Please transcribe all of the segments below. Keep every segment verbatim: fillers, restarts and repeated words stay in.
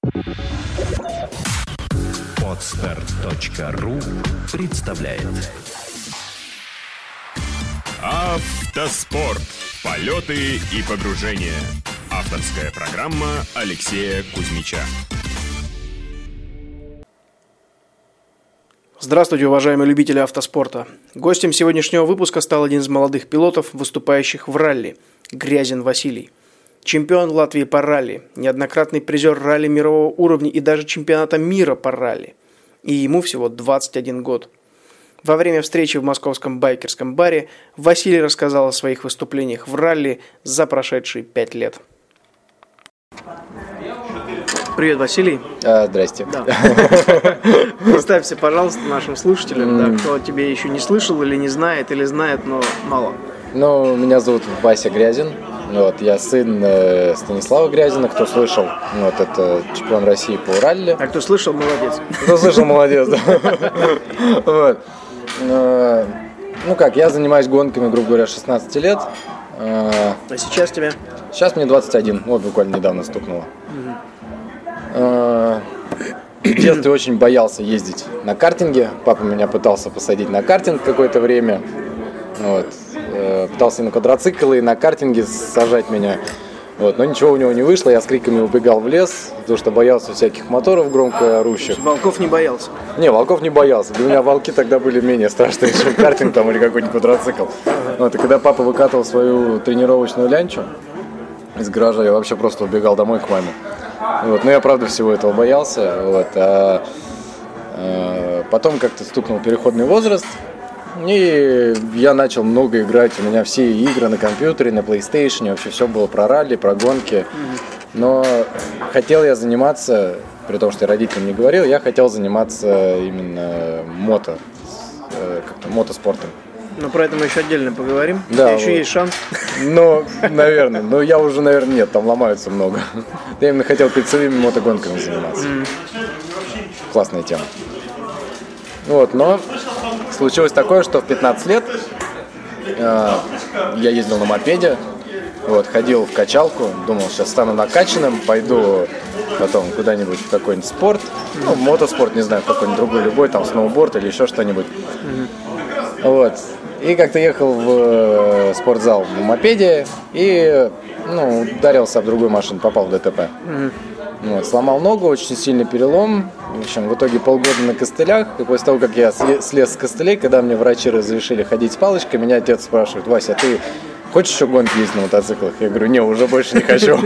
Подстер точка ру представляет Автоспорт. Полеты и погружения. Авторская программа Алексея Кузьмича. Здравствуйте, уважаемые любители автоспорта. Гостем сегодняшнего выпуска стал один из молодых пилотов, выступающих в ралли – Грязин Василий. Чемпион Латвии по ралли, неоднократный призер ралли мирового уровня и даже чемпионата мира по ралли. И ему всего двадцать один год. Во время встречи в московском байкерском баре Василий рассказал о своих выступлениях в ралли за прошедшие пять лет. Привет, Василий. А, здрасте. Да. Представься, пожалуйста, нашим слушателям, mm. да, кто тебя еще не слышал или не знает, или знает, но мало. Ну, меня зовут Вася Грязин. Вот, я сын э, Станислава Грязина, кто слышал, вот, это чемпион России по ралли. А кто слышал, молодец. Кто слышал, молодец, да. Вот. Ну как, я занимаюсь гонками, грубо говоря, шестнадцать лет. А сейчас тебе? Сейчас мне двадцать один, вот буквально недавно стукнуло. В детстве очень боялся ездить на картинге. Папа меня пытался посадить на картинг какое-то время. Вот. Пытался и на квадроциклы, и на картинге сажать меня. Вот. Но ничего у него не вышло. Я с криками убегал в лес, потому что боялся всяких моторов громко орущих. Волков не боялся? Не, волков не боялся. Для меня волки тогда были менее страшные, чем картинг там или какой-нибудь квадроцикл. Вот. И когда папа выкатывал свою тренировочную лянчу из гаража, я вообще просто убегал домой к маме. Вот. Но я, правда, всего этого боялся. Вот. А, а потом как-то стукнул переходный возраст, и я начал много играть. У меня все игры на компьютере, на PlayStation, вообще все было про ралли, про гонки. Но хотел я заниматься, при том, что я родителям не говорил, я хотел заниматься именно мото, как-то мотоспортом. Но про это мы еще отдельно поговорим. Да, еще вот. Есть шанс. Ну, наверное. Но я уже, наверное, нет, там ломаются много. Я именно хотел кольцевыми мотогонками заниматься. Mm. Классная тема. Вот, но случилось такое, что в пятнадцать лет э, я ездил на мопеде, вот, ходил в качалку, думал, сейчас стану накачанным, пойду потом куда-нибудь в какой-нибудь спорт, ну, мотоспорт, не знаю, какой-нибудь другой, любой, там, сноуборд или еще что-нибудь. Mm. Вот. И как-то ехал в спортзал на мопеде и, ну, ударился об другую машину, попал в ДТП. Mm-hmm. Вот, сломал ногу, очень сильный перелом. В общем, в итоге полгода на костылях. И после того, как я слез с костылей, когда мне врачи разрешили ходить с палочкой, меня отец спрашивает: Вася, а ты хочешь еще гонки ездить на мотоциклах? Я говорю: не, уже больше не хочу.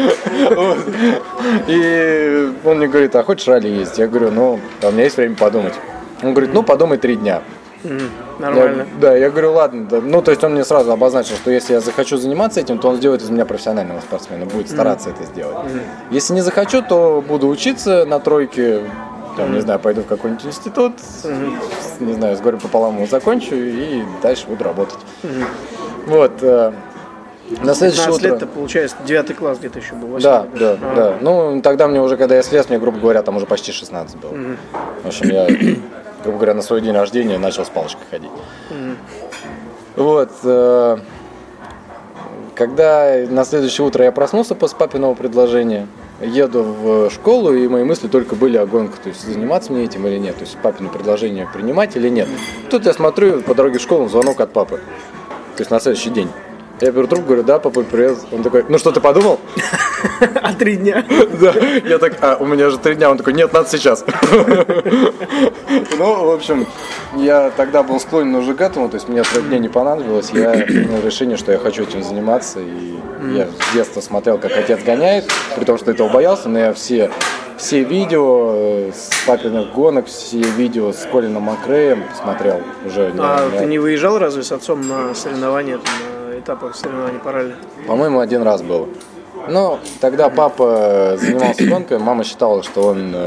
И он мне говорит: а хочешь ралли ездить? Я говорю: ну, у меня есть время подумать. Он говорит: ну, подумай три дня. Mm, нормально. Я, да, я говорю: ладно. Да. Ну, то есть он мне сразу обозначил, что если я захочу заниматься этим, то он сделает из меня профессионального спортсмена, будет стараться mm. это сделать. Mm. Если не захочу, то буду учиться на тройке, там, mm. не знаю, пойду в какой-нибудь институт, mm. не знаю, с горем пополам его закончу и дальше буду работать. Mm. Вот. Э, на следующее утро... лет-то, получается, девятый класс где-то еще был. Да, да, а. да. Ну, тогда мне уже, когда я слез, мне, грубо говоря, там уже почти шестнадцать было. Mm. В общем, я... грубо говоря, на свой день рождения начал с палочкой ходить. Mm-hmm. Вот. Э, когда на следующее утро я проснулся после папиного предложения, еду в школу, и мои мысли только были о гонках. То есть, заниматься мне этим или нет. То есть, папино предложение принимать или нет. Тут я смотрю, по дороге в школу звонок от папы. То есть, на следующий день. Я беру трубку, говорю: да, папа, привет. Он такой: ну что, ты подумал? А три дня? Да. Я так: а, у меня же три дня. Он такой: нет, надо сейчас. Ну, в общем, я тогда был склонен уже к этому. То есть мне три дня не понадобилось. Я принял решение, что я хочу этим заниматься. И я с детства смотрел, как отец гоняет. При том, что этого боялся, но я все... Все видео с папиных гонок, все видео с Колином Макреем смотрел уже. А не, ты не выезжал разве с отцом на соревнования, на этапах соревнований по ралли? По-моему, один раз было. Но тогда папа занимался гонкой, мама считала, что он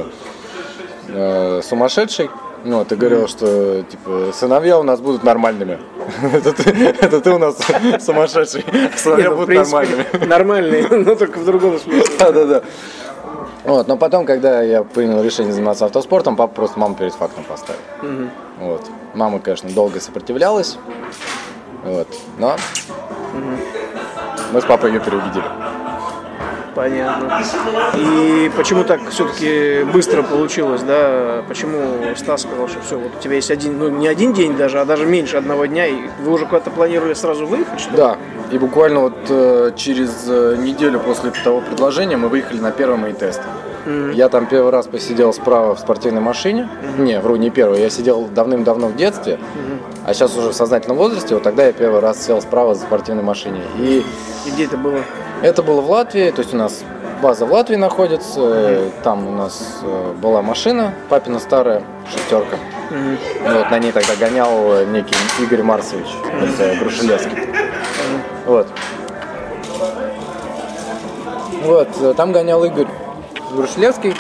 э, сумасшедший. Ну, ты говорил, что типа сыновья у нас будут нормальными. это, ты, это ты у нас сумасшедший. Сыновья будут нормальными. Нормальные, но только в другом смысле. Да, да, да. Вот, но потом, когда я принял решение заниматься автоспортом, папа просто маму перед фактом поставил. Mm-hmm. Вот. Мама, конечно, долго сопротивлялась, вот, но mm-hmm. мы с папой ее переубедили. Понятно. И почему так все-таки быстро получилось, да? Почему Стас сказал, что все, вот у тебя есть один, ну не один день даже, а даже меньше одного дня, и вы уже куда-то планировали сразу выехать, что ли? Да, и буквально вот э, через э, неделю после того предложения мы выехали на первый мои тесты. Mm-hmm. Я там первый раз посидел справа в спортивной машине. Mm-hmm. Не, вру, не первый, я сидел давным-давно в детстве, mm-hmm. а сейчас уже в сознательном возрасте, вот тогда я первый раз сел справа в спортивной машине. И, и где это было? Это было в Латвии, то есть у нас база в Латвии находится, mm-hmm. там у нас была машина, папина старая, шестерка. Mm-hmm. Вот, на ней тогда гонял некий Игорь Марсович, mm-hmm. это Грушелевский. Mm-hmm. Вот. Вот, там гонял Игорь Грушелевский,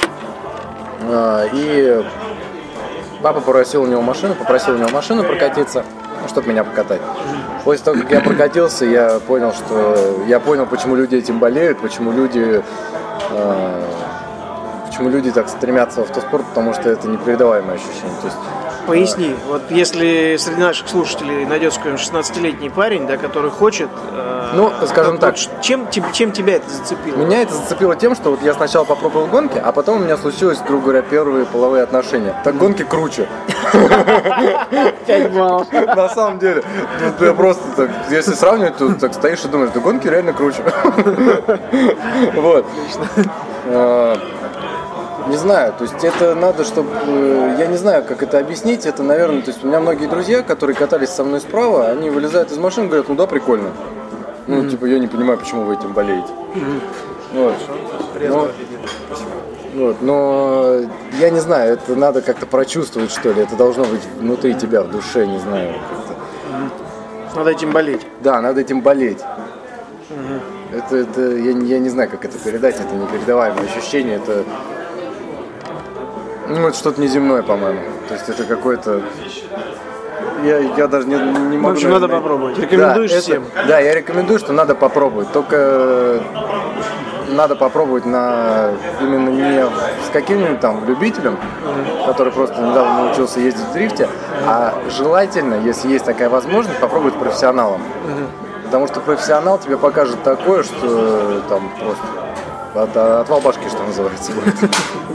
и папа попросил у него машину, попросил у него машину прокатиться, чтобы меня покатать. После того, как я прокатился, я понял, что я понял, почему люди этим болеют, почему люди, э, почему люди так стремятся в автоспорт, потому что это непередаваемое ощущение. То есть, поясни, вот если среди наших слушателей найдется какой-нибудь шестнадцатилетний парень, да, который хочет, э, ну, скажем вот, так, чем, чем тебя это зацепило? Меня это зацепило тем, что вот я сначала попробовал гонки, а потом у меня случилось, грубо говоря, первые половые отношения. Так гонки круче. Пять баллов. На самом деле, я просто так, если сравнивать, то так стоишь и думаешь, да гонки реально круче. Вот. Не знаю, то есть это надо, чтобы, я не знаю, как это объяснить, это, наверное, то есть у меня многие друзья, которые катались со мной справа, они вылезают из машины и говорят, ну да, прикольно. Ну, mm-hmm. типа, я не понимаю, почему вы этим болеете. Mm-hmm. Вот. Но, вот. Но я не знаю, это надо как-то прочувствовать, что ли, это должно быть внутри тебя, в душе, не знаю. Mm-hmm. Надо этим болеть. Да, надо этим болеть. Mm-hmm. Это, это я, я не знаю, как это передать, это непередаваемое ощущение, это... Ну, это что-то неземное, по-моему. То есть это какой-то... Я, я даже не, не могу... В общем, надо попробовать. Рекомендуешь да, всем? Это, да, я рекомендую, что надо попробовать. Только надо попробовать на именно не с каким-нибудь там любителем, mm-hmm. который просто недавно научился ездить в дрифте, а желательно, если есть такая возможность, попробовать с профессионалом. Mm-hmm. Потому что профессионал тебе покажет такое, что там просто от, отвал башки, что называется, будет.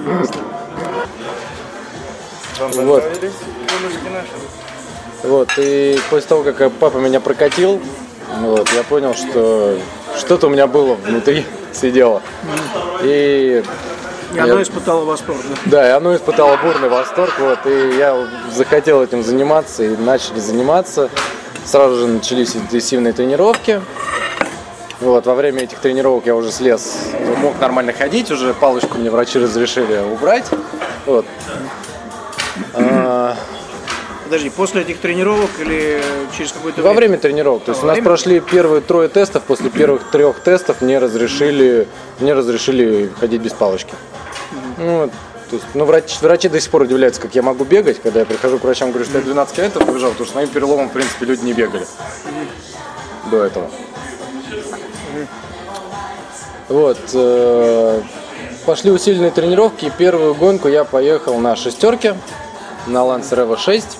Вот. Вот, и после того, как папа меня прокатил, вот, я понял, что что-то у меня было внутри, сидело. И, и оно я... испытало восторг, да? Да, и оно испытало бурный восторг, вот, и я захотел этим заниматься, и начали заниматься. Сразу же начались интенсивные тренировки. Вот, во время этих тренировок я уже слез, мог нормально ходить, уже палочку мне врачи разрешили убрать. Вот. А... Подожди, после этих тренировок или через какое-то время? Во время тренировок. То есть а, у нас время? Прошли первые трое тестов, после первых трех тестов мне разрешили, мне разрешили ходить без палочки. Mm-hmm. Ну, то есть, ну, врач, врачи до сих пор удивляются, как я могу бегать, когда я прихожу к врачам, говорю, что я двенадцать километров побежал, потому что с моим переломом, в принципе, люди не бегали mm-hmm. до этого. Mm-hmm. Вот. Э- пошли усиленные тренировки, и первую гонку я поехал на шестерке, на Lancer Evo шесть.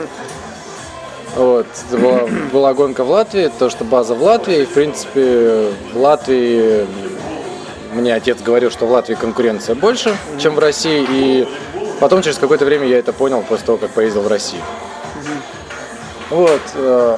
Вот, была, была гонка в Латвии, то что база в Латвии, и, в принципе, в Латвии, мне отец говорил, что в Латвии конкуренция больше, чем в России, и потом через какое-то время я это понял после того, как поездил в Россию. Вот, э,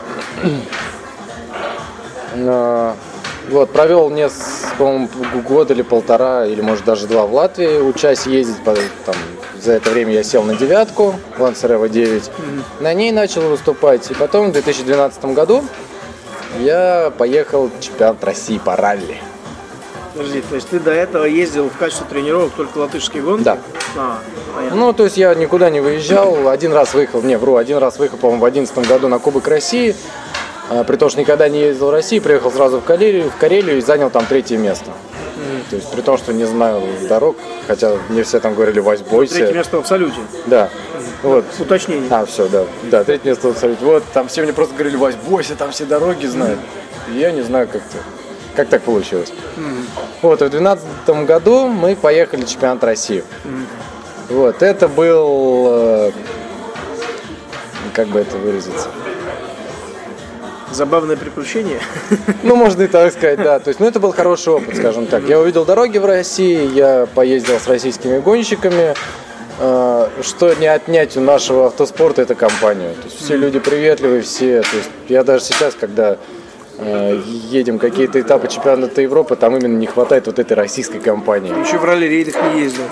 э, вот, провел не, по-моему, год или полтора, или может даже два в Латвии, учась ездить, там, за это время я сел на девятку, Lancer Evo девять, mm-hmm. на ней начал выступать, и потом в две тысячи двенадцатом году я поехал в чемпионат России по ралли. Подожди, то есть ты до этого ездил в качестве тренировок только латышские гонки? Да. А, ну, то есть я никуда не выезжал, один раз выехал, не, вру, один раз выехал, по-моему, в две тысячи одиннадцатом году на Кубок России, а, при том, что никогда не ездил в Россию, приехал сразу в Карелию, в Карелию и занял там третье место. То есть при том, что не знаю дорог, хотя мне все там говорили «Вась, бойся». Третье место в Абсолюте. Да. Вот. Уточнение. А, все, да. Да, третье место в Абсолюте. Вот, там все мне просто говорили «Вась, бойся, там все дороги знают». И я не знаю, как, как так получилось. Mm-hmm. Вот, и в две тысячи двенадцатом году мы поехали в чемпионат России. Mm-hmm. Вот, это был... Как бы это выразиться? Забавное приключение. Ну, можно и так сказать, да. То есть, ну, это был хороший опыт, скажем так. Я увидел дороги в России, я поездил с российскими гонщиками. Что не отнять у нашего автоспорта, это компания. То есть все люди приветливые, все. То есть я даже сейчас, когда э, едем какие-то этапы чемпионата Европы, там именно не хватает вот этой российской компании. Еще в ралли-рейдах не ездил.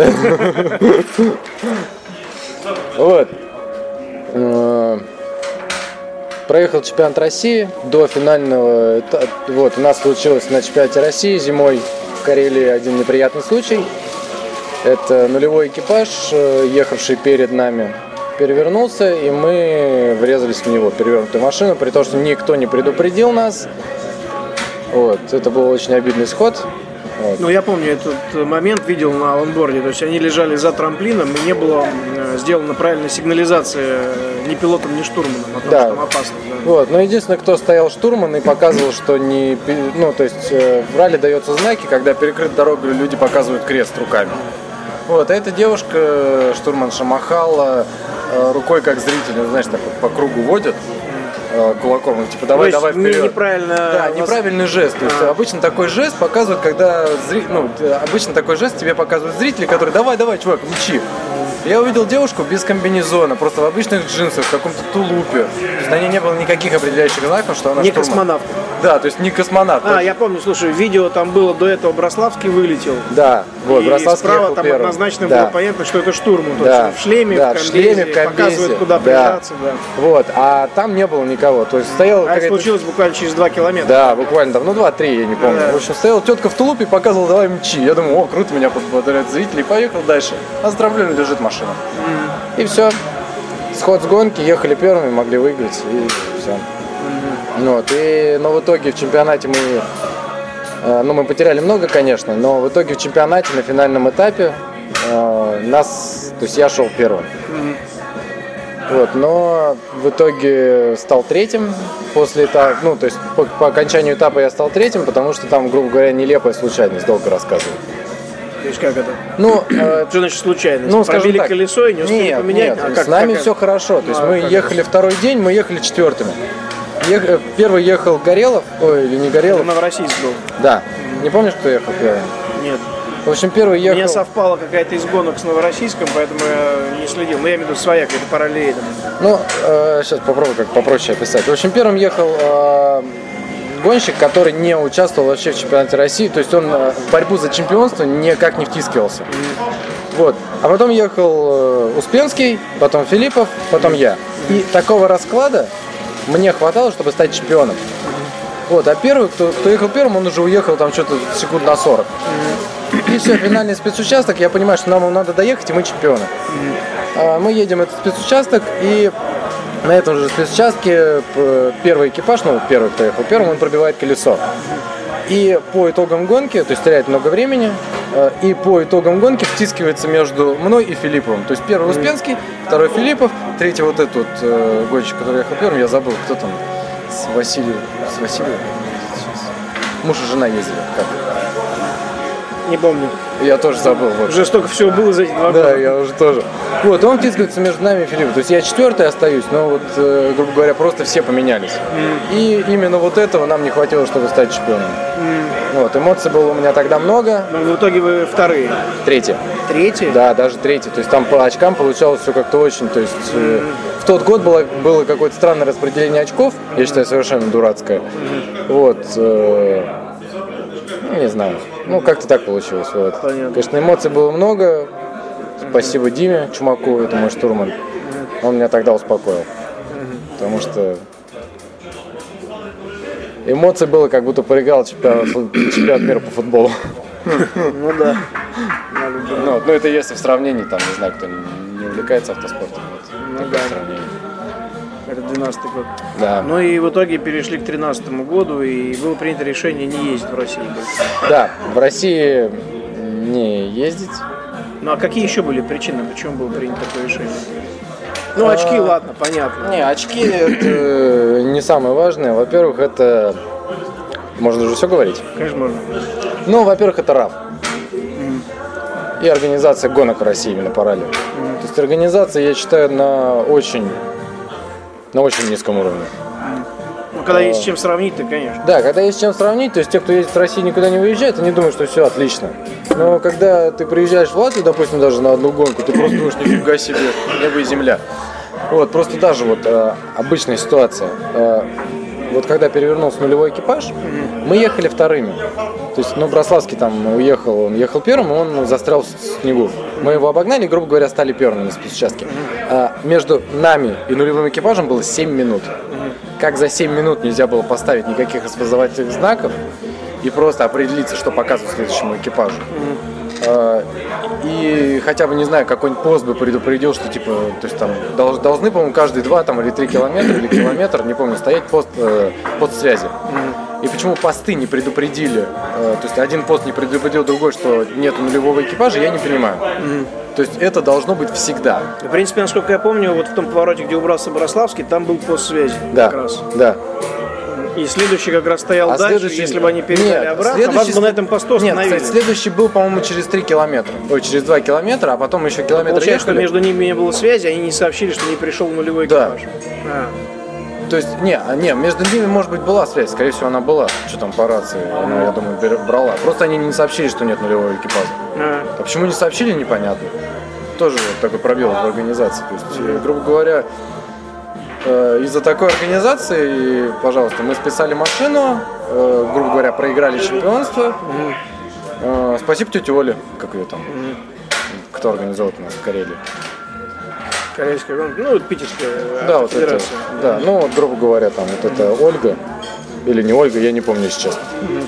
Вот. Проехал чемпионат России до финального. Вот, у нас случилось на чемпионате России зимой в Карелии один неприятный случай. Это нулевой экипаж, ехавший перед нами, перевернулся, и мы врезались в него, перевернутую машину, при том, что никто не предупредил нас. Вот, это был очень обидный сход. Вот. Ну, я помню этот момент, видел на лонборде. То есть они лежали за трамплином, и не было сделана правильная сигнализация ни пилотом, ни штурманом о том, да. что там опасно. Да. Вот, но единственное, кто стоял штурман и показывал, что не... Ну, то есть в ралли даются знаки, когда перекрыта дорога, люди показывают крест руками. Вот, а эта девушка, штурманша, махала рукой, как зритель, знаешь, так вот по кругу водят кулаком, типа давай, давай вперед. Неправильно. Да, неправильный жест. То есть а. обычно такой жест показывают, когда зри... ну, обычно такой жест тебе показывают зрители, которые давай, давай, чувак, мчи. Я увидел девушку без комбинезона, просто в обычных джинсах, в каком-то тулупе. То есть на ней не было никаких определяющих знаков, что она не штурман. Космонавт. Да, то есть не космонавт. А, я помню, слушай, видео там было до этого, Брославский вылетел. Да, вот, и Брославский справа там первым. однозначно да. было понятно, что это штурман. Да. То есть в шлеме, да, в комбезе, шлеме, в комбезе, показывает, куда да. прижаться. Да. Вот, а там не было никого. То есть стояла а это случилось буквально через два километра. Да, буквально там, ну два-три, я не помню. Да. В общем, стояла тетка в тулупе и показывала, давай мчи. Я думаю, о, круто, меня подбодряют зрители. И поехал дальше. А за трамплином лежит машина. Mm. И все. Сход с гонки, ехали первыми, могли выиграть, и все. Mm-hmm. Вот, и, но в итоге в чемпионате мы, э, ну, мы потеряли много, конечно, но в итоге в чемпионате на финальном этапе э, нас, то есть я шел первым. Mm-hmm. Вот, но в итоге стал третьим после этапа, ну, то есть по, по окончанию этапа я стал третьим, потому что там, грубо говоря, нелепая случайность, долго рассказываю. То есть как это? Ну, э, что значит случайность? Ну, пробили так, колесо и не успели нет, поменять? Нет, а как, с нами как все это? хорошо. То есть ну, мы ехали это? второй день, мы ехали четвертыми. Ех... Первый ехал Горелов, ой, или не Горелов. Это Новороссийск был. Да. Mm-hmm. Не помнишь, кто ехал первый? Нет. В общем, первый ехал... У меня совпала какая-то из гонок с Новороссийском, поэтому я не следил. Но я имею в виду своя какая-то параллельно. Ну, э, сейчас попробую как попроще описать. В общем, первым ехал э, гонщик, который не участвовал вообще в чемпионате России. То есть он э, в борьбу за чемпионство никак не втискивался. Mm-hmm. Вот. А потом ехал э, Успенский, потом Филиппов, потом я. И такого расклада мне хватало, чтобы стать чемпионом. Вот, а первый, кто, кто ехал первым, он уже уехал там что-то секунд на сорок. Mm-hmm. И все, финальный спецучасток, я понимаю, что нам надо доехать, и мы чемпионы. Mm-hmm. А, мы едем в этот спецучасток, и на этом же спецучастке первый экипаж, ну, первый, кто ехал первым, он пробивает колесо. И по итогам гонки, то есть теряет много времени, и по итогам гонки втискивается между мной и Филипповым. То есть первый Успенский, второй Филиппов, третий вот этот вот э, гонщик, который ехал первым, я забыл, кто там, с Василием, с Василием, муж и жена ездили, как? Не помню. Я тоже забыл. Вот. Уже столько всего было за эти два года. Да, я уже тоже. Вот, он втискивается между нами и Филиппом. То есть я четвертый остаюсь, но вот, э, грубо говоря, просто все поменялись. Mm. И именно вот этого нам не хватило, чтобы стать чемпионом. Mm. Вот, эмоций было у меня тогда много. Но в итоге вы вторые. Третий. Третий? Да, даже третий. То есть там по очкам получалось все как-то очень. То есть э, в тот год было, было какое-то странное распределение очков. Я считаю, совершенно дурацкое. Mm. Вот. Э, не знаю. Ну, как-то так получилось. Вот. Понятно. Конечно, эмоций было много. Спасибо Диме Чумакову, это мой штурман. Он меня тогда успокоил. Потому что эмоций было, как будто проиграл чемпионат, чемпионат мира по футболу. Ну да. Ну, ну, это если в сравнении, там, не знаю, кто не увлекается автоспортом. Ну да. Это двенадцатый год. Да. Ну и в итоге перешли к тринадцатому году, и было принято решение не ездить в Россию. Да, в России не ездить. Ну а какие еще были причины, почему было принято такое решение? Ну очки, а, ладно, понятно. Не, очки это не самое важное. Во-первых, это... Можно уже все говорить? Конечно, можно. Ну, во-первых, это РАФ. Mm. И организация гонок в России именно по ралли. Mm. То есть организация, я считаю, на очень... на очень низком уровне. когда есть с чем сравнить-то, конечно. Да, когда есть с чем сравнить, то есть те, кто ездит в России, никуда не выезжает, они думают, что все отлично. Но когда ты приезжаешь в Латвию, допустим, даже на одну гонку, ты просто думаешь, нифига себе, небо и земля. Вот, просто даже вот э, обычная ситуация. Э, вот когда перевернулся нулевой экипаж, mm-hmm. мы ехали вторыми. То есть, ну, Брославский там уехал, он ехал первым, и он застрял в снегу. Мы его обогнали, грубо говоря, стали первыми на спецучастке. Mm-hmm. А между нами и нулевым экипажем было семь минут. Mm-hmm. Как за семь минут нельзя было поставить никаких распознавательных знаков и просто определиться, что показывать следующему экипажу. Mm-hmm. И хотя бы, не знаю, какой-нибудь пост бы предупредил, что типа, то есть там должны, по-моему, каждые два там, или три километра, или километр, не помню, стоять пост, э, пост связи. Mm-hmm. И почему посты не предупредили, э, то есть один пост не предупредил другой, что нет нулевого экипажа, я не понимаю. Mm-hmm. То есть это должно быть всегда. В принципе, насколько я помню, вот в том повороте, где убрался Брославский, там был пост связи. Да, как раз. Да. И следующий как раз стоял а дальше, если бы они передали нет, обратно, вас бы на этом посту остановили. Нет, следующий был, по-моему, через три километра. Ой, через два километра, а потом еще километр Получается, ехали. Что между ними не было связи, они не сообщили, что не пришел нулевой экипаж. Да. А. То есть, не, не, между ними, может быть, была связь, скорее всего, она была. Что там по рации, она, я думаю, брала. Просто они не сообщили, что нет нулевого экипажа. А, а почему не сообщили, непонятно. Тоже вот такой пробел в организации. То есть, грубо говоря, из-за такой организации, пожалуйста, мы списали машину, э, грубо говоря, проиграли чемпионство. Mm-hmm. Э, спасибо тете Оле, как ее там, mm-hmm. кто организовал у нас в Карелии. Карельская гонка, ну, питерская да, вот это, да, ну, вот, грубо говоря, там, вот mm-hmm. это Ольга, или не Ольга, я не помню сейчас.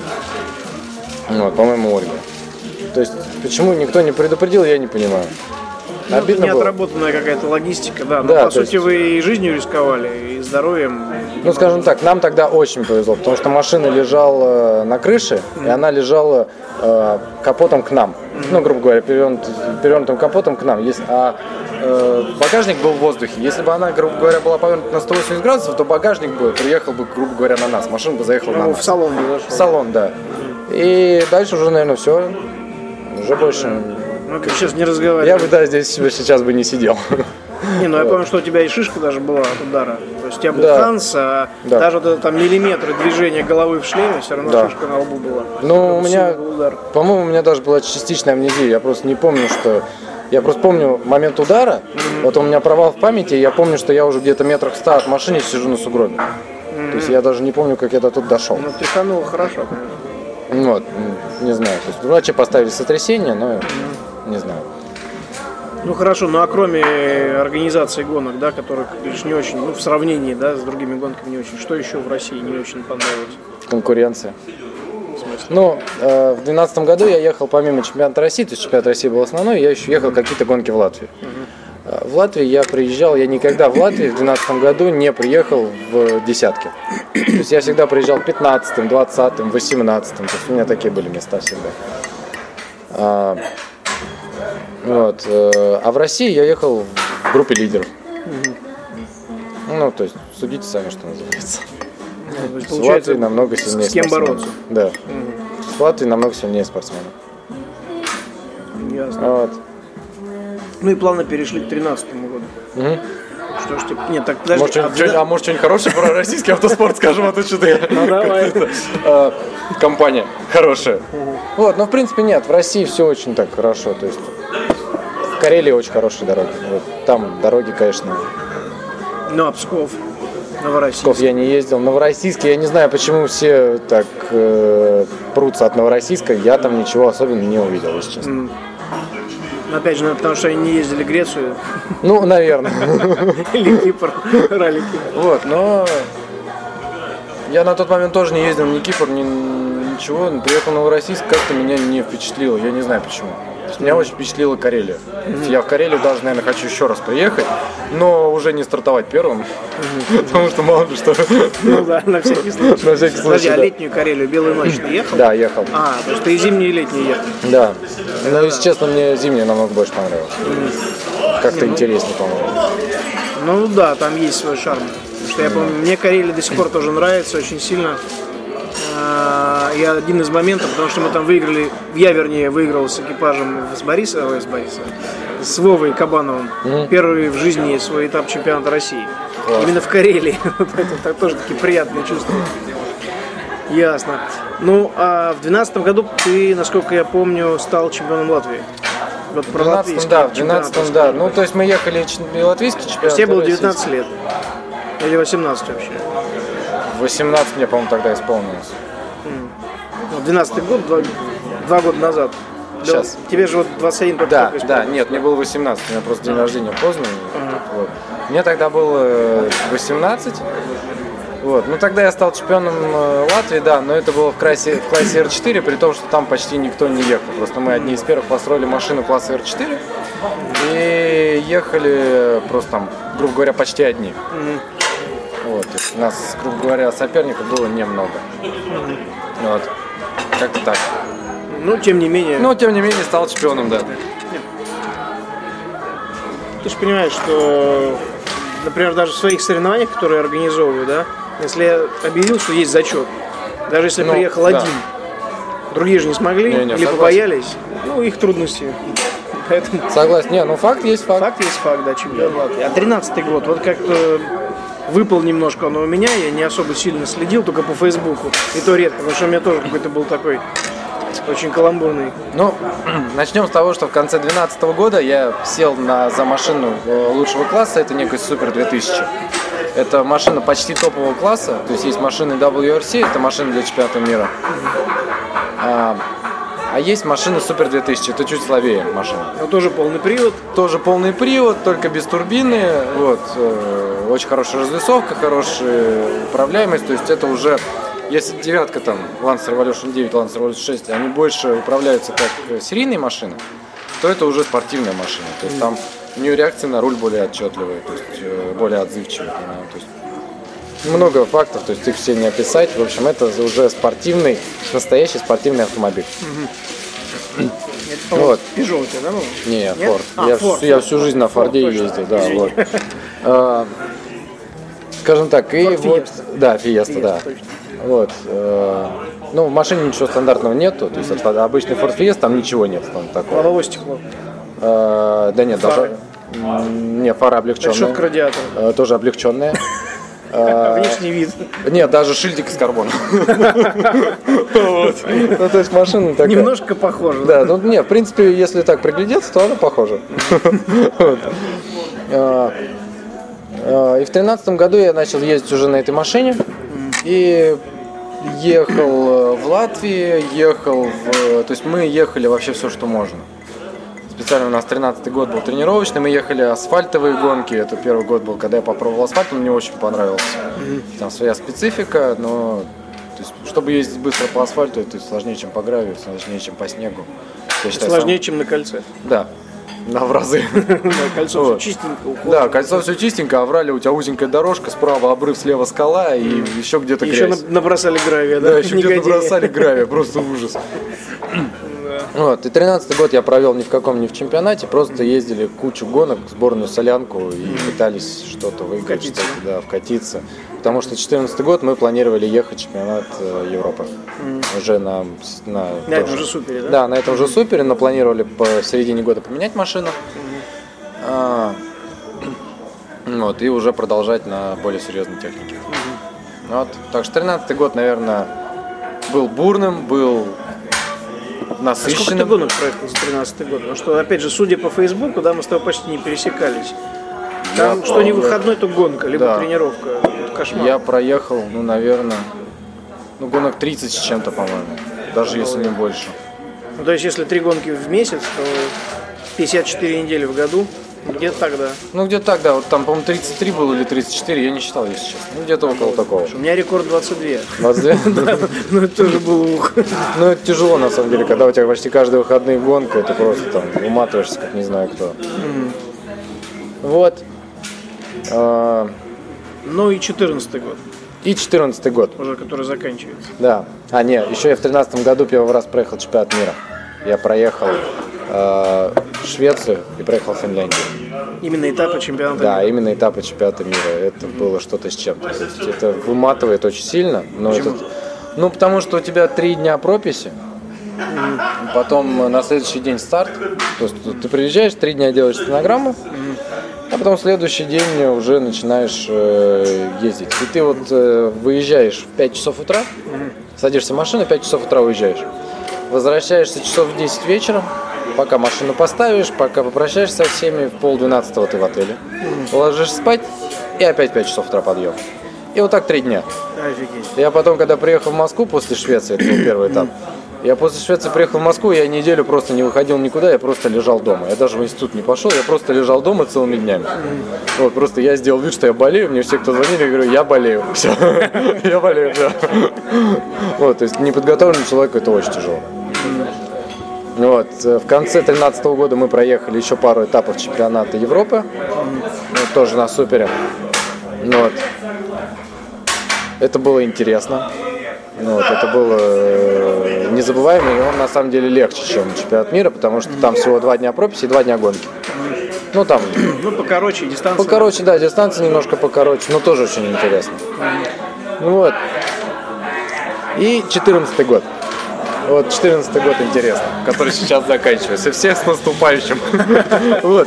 Mm-hmm. Вот, по-моему, Ольга. То есть, почему никто не предупредил, я не понимаю. Ну, это неотработанная какая-то логистика, да. Но да, по сути есть... вы и жизнью рисковали, и здоровьем. Ну, скажем так, нам тогда очень повезло, потому что машина лежала на крыше, mm-hmm. и она лежала э, капотом к нам. Mm-hmm. Ну, грубо говоря, перевернут, перевернутым капотом к нам. Если, а э, багажник был в воздухе. Если бы она, грубо говоря, была повернута на сто восемьдесят градусов, то багажник бы приехал бы, грубо говоря, на нас. Машина бы заехала ну, на нас. В салон бы зашел. В салон, да. Mm-hmm. И дальше уже, наверное, все. Уже больше... Mm-hmm. Ну, ты сейчас не разговариваешь. Я бы, да, здесь сейчас бы не сидел. Не, ну я помню, что у тебя и шишка даже была от удара. То есть у тебя был да. Ханс, а да. даже вот это, там миллиметры движения головы в шлеме, все равно да. шишка на лбу была. Ну, у меня, по-моему, у меня даже была частичная амнезия. Я просто не помню, что... Я просто помню момент удара. Mm-hmm. Вот у меня провал в памяти, и я помню, что я уже где-то метрах в ста от машины сижу на сугробе. Mm-hmm. То есть я даже не помню, как я до тут дошел. Ну, тряхануло хорошо, конечно. Вот, не знаю. То есть врачи поставили сотрясение, но... Mm-hmm. Не знаю. Ну хорошо, ну а кроме организации гонок, да, которых, говоришь, не очень, ну в сравнении, да, с другими гонками не очень, что еще в России не очень понравилось? Конкуренция. В смысле? Ну, э, в две тысячи двенадцатом году я ехал помимо чемпионата России, то есть чемпионат России был основной, я еще ехал какие-то гонки в Латвии. Uh-huh. В Латвии я приезжал, я никогда в Латвии в две тысячи двенадцатом году не приехал в десятки. То есть я всегда приезжал пятнадцатым, двадцатым, восемнадцатым, то есть у меня такие были места всегда. А, Вот. А в России я ехал в группе лидеров. Mm-hmm. Ну, то есть, судите сами, что называется. Mm-hmm. С Латвией намного сильнее с кем спортсменов. бороться. Да. Mm-hmm. С Латвией намного сильнее спортсменов. Ясно. Вот. Ну и плавно перешли к тринадцатому году. Mm-hmm. Что ж, типа, нет, так подожди. Может, а, что, а может что-нибудь хорошее про российский автоспорт скажем, а то что-то я... Ну давай. Компания хорошая. Вот, но в принципе нет, в России все очень так хорошо, то есть в Карелии очень хорошие дороги. Вот, там дороги, конечно. Ну а Псков, Новороссийск? Псков я не ездил. Новороссийск, я не знаю, почему все так э, прутся от Новороссийска, я там ничего особенного не увидел, если честно. Mm. Опять же, потому что они не ездили в Грецию. Ну, наверное. Или Кипр, ралли Кипр. Вот, но я на тот момент тоже не ездил ни Кипр, ни ничего. Приехал в Новороссийск, как-то меня не впечатлило, я не знаю почему. Меня очень впечатлила Карелия. Mm-hmm. Я в Карелию даже, наверное, хочу еще раз приехать, но уже не стартовать первым, mm-hmm. потому что мало ли что. Ну да, на всякий случай. На всякий случай. Подожди, да. А летнюю Карелию, Белую ночь ты ехал? Да, ехал. А, то есть ты и зимнюю, и летнюю ехал? Да. Но, если честно, мне зимняя намного больше понравилась. Mm-hmm. Как-то ну, интереснее, по-моему. Ну да, там есть свой шарм. Потому что я помню, мне Карелия до сих пор тоже нравится очень сильно. И один из моментов, потому что мы там выиграли, я вернее выиграл с экипажем с Борисом, ой, с Борисом, с Вовой Кабановым, mm-hmm. первый в жизни свой этап чемпионата России. Класс. Именно в Карелии. Это тоже такие приятные чувства. Ясно. Ну, а в двенадцатом году ты, насколько я помню, стал чемпионом Латвии. Вот про В двенадцатом, да, в двенадцатом, да. Ну, то есть мы ехали в латвийский чемпионат. То есть тебе было девятнадцать лет. Или восемнадцать вообще? восемнадцать мне, по-моему, тогда исполнилось. двенадцатый год, два, два года назад. Сейчас. Да, тебе же вот двадцать один только Да, исполнилось. да, нет, мне было восемнадцать, у меня просто день рождения поздно. Ага. Вот. Мне тогда было восемнадцать. Вот. Ну тогда я стал чемпионом Латвии, да, но это было в классе, в классе эр четыре, при том, что там почти никто не ехал. Просто мы одни из первых построили машину класса эр четыре и ехали просто там, грубо говоря, почти одни. Mm-hmm. Вот. У нас, грубо говоря, соперников было немного. Mm-hmm. Вот. Как-то так. Ну, тем не менее. Ну, тем не менее, стал чемпионом, да. Ты же понимаешь, что, например, даже в своих соревнованиях, которые я организовываю, да, если я объявил, что есть зачет, даже если ну, приехал да. один, другие же не смогли, не, не, или согласен. побоялись, ну, их трудности. Поэтому... Согласен. Не, ну факт есть факт. Факт есть факт, да, чемпион Латвии. А тринадцатый год, вот как-то выпал немножко он у меня, я не особо сильно следил, только по Фейсбуку, и то редко, потому что у меня тоже какой-то был такой очень каламбурный. Ну, начнем с того, что в конце две тысячи двенадцатого года я сел на, за машину лучшего класса, это некий Супер две тысячи. Это машина почти топового класса, то есть есть машины дабл ю ар си, это машины для чемпионата мира. А, а есть машины Супер две тысячи, это чуть слабее машина. Но тоже полный привод. Тоже полный привод, только без турбины. Вот, э, очень хорошая развесовка, хорошая управляемость, то есть это уже... Если девятка там, Lancer Evolution девять, Lancer Evolution шесть, они больше управляются как серийные машины, то это уже спортивная машина. То есть там у нее реакции на руль более отчетливые, то есть более отзывчивые. То есть много фактов, то есть их все не описать. В общем, это уже спортивный, настоящий спортивный автомобиль. Это, вот. Peugeot у тебя, да, был? Не, Нет? Ford. А, я, Ford. я всю жизнь на Форде Ford, ездил, точно. да, вот. А, скажем так, и Ford вот, Fiesta. да, Фиеста, Fiesta, да. точно. Вот. Э, ну, в машине ничего стандартного нету, то есть от обычный Ford Fiesta там ничего нет там такого. Лобовое стекло. Э, да нет, Фары. даже м, не, фара облегченная. Решетка радиатора. Э, тоже облегченная. Э, Внешний вид. Нет, даже шильдик из карбона. Ну, то есть машина такая. Немножко похоже. Да, ну не, в принципе, если так приглядеться, то она похожа. И в тринадцатом году я начал ездить уже на этой машине. И ехал в Латвии, ехал в... То есть мы ехали вообще все, что можно. Специально у нас тринадцатый год был тренировочный, мы ехали асфальтовые гонки. Это первый год был, когда я попробовал асфальт, он мне очень понравился. Там своя специфика, но... То есть, чтобы ездить быстро по асфальту, это сложнее, чем по гравию, сложнее, чем по снегу. Я считаю, Сложнее, сам... чем на кольце. Да, на в разы. Кольцо Вот. все чистенько уходит. Да, кольцо все чистенько, а в ралли у тебя узенькая дорожка, справа обрыв, слева скала и еще где-то Еще грязь. набросали гравия, да? Да, еще где-то Негодяи. набросали гравия, просто ужас. Вот, и тринадцатый год я провел ни в каком, ни в чемпионате, просто ездили кучу гонок, сборную солянку и пытались что-то выиграть, Вкатиться. что-то, да, вкатиться. Потому что четырнадцатый год мы планировали ехать в чемпионат э, Европы. Уже на... На, На этом же супере, да? Да, на этом же супере, но планировали по, в середине года поменять машину. А, вот, и уже продолжать на более серьезной технике. Вот, так что тринадцатый год, наверное, был бурным, был А сколько ты насыщенным. гонок проехал за тринадцатый год? Потому что, опять же, судя по Фейсбуку, да, мы с тобой почти не пересекались. Там Я что не помню. выходной, то гонка, либо Да. тренировка. Это кошмар. Я проехал, ну, наверное, ну, гонок тридцать с чем-то, по-моему. Даже если не больше. Ну, то есть, если три гонки в месяц, то пятьдесят четыре недели в году. Где-то тогда. Ну, где-то так, да. Вот там, по-моему, тридцать три было или тридцать четыре, я не считал, если честно. Ну, где-то около такого. У меня рекорд двадцать два. двадцать два? Да, ну это тоже был ух. Ну, это тяжело, на самом деле, когда у тебя почти каждые выходные гонка, это просто там уматываешься, как не знаю кто. Вот. А, Ну и четырнадцатый год, И четырнадцатый год, уже который заканчивается. да. А, нет, еще я в тринадцатом году первый раз проехал чемпионат мира. Я проехал э, Швецию и проехал Финляндию. Именно этапы чемпионата Да, мира. именно этапы чемпионата мира. Это было что-то с чем-то. То есть это выматывает очень сильно. Но это, ну, потому что у тебя три дня прописи, потом на следующий день старт. То есть ты приезжаешь, три дня делаешь стенограмму, а потом в следующий день уже начинаешь э, ездить. И ты вот э, выезжаешь в пять часов утра, mm-hmm. садишься в машину, в пять часов утра уезжаешь. Возвращаешься часов в десять вечера, пока машину поставишь, пока попрощаешься со всеми, в полдвенадцатого ты в отеле. Mm-hmm. Ложишься спать и опять пять часов утра подъем. И вот так три дня. Офигеть. Я потом, когда приехал в Москву после Швеции, это был первый этап, я после Швеции приехал в Москву, я неделю просто не выходил никуда, я просто лежал дома. Я даже в институт не пошел, я просто лежал дома целыми днями. Вот, просто я сделал вид, что я болею, мне все, кто звонили, я говорю, я болею, все, я болею, да. Вот, то есть неподготовленному человеку это очень тяжело. Вот, в конце две тысячи тринадцатого года мы проехали еще пару этапов чемпионата Европы, вот, тоже на супере. Вот. Это было интересно. Вот, это было э, незабываемо, и он на самом деле легче, чем чемпионат мира, потому что там всего два дня прописи и два дня гонки. Ну там. Ну покороче дистанция. Покороче, да, дистанция немножко покороче, но тоже очень интересно. Вот. И четырнадцатый год. Вот четырнадцатый год интересно, который сейчас заканчивается. Всех с наступающим. Вот.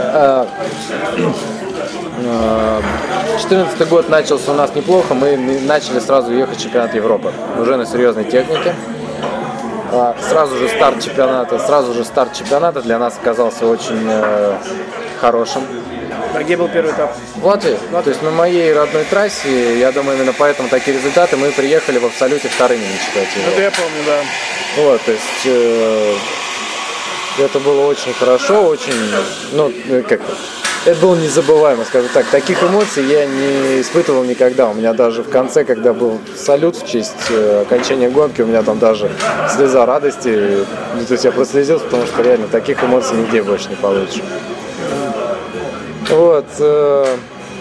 четырнадцатый год начался у нас неплохо, мы начали сразу ехать в чемпионат Европы, уже на серьезной технике. Сразу же старт чемпионата, сразу же старт чемпионата для нас оказался очень э, хорошим. А где был первый этап? В Латвии. То есть на моей родной трассе, я думаю, именно поэтому такие результаты, мы приехали в абсолюте вторыми на чемпионате Европы. Это я помню, да. Вот, то есть э, это было очень хорошо, очень, ну, как-то. Это было незабываемо, скажу так. Таких эмоций я не испытывал никогда. У меня даже в конце, когда был салют в честь э, окончания гонки, у меня там даже слеза радости. Ну, то есть я прослезился, потому что реально таких эмоций нигде больше не получишь. Вот. Э,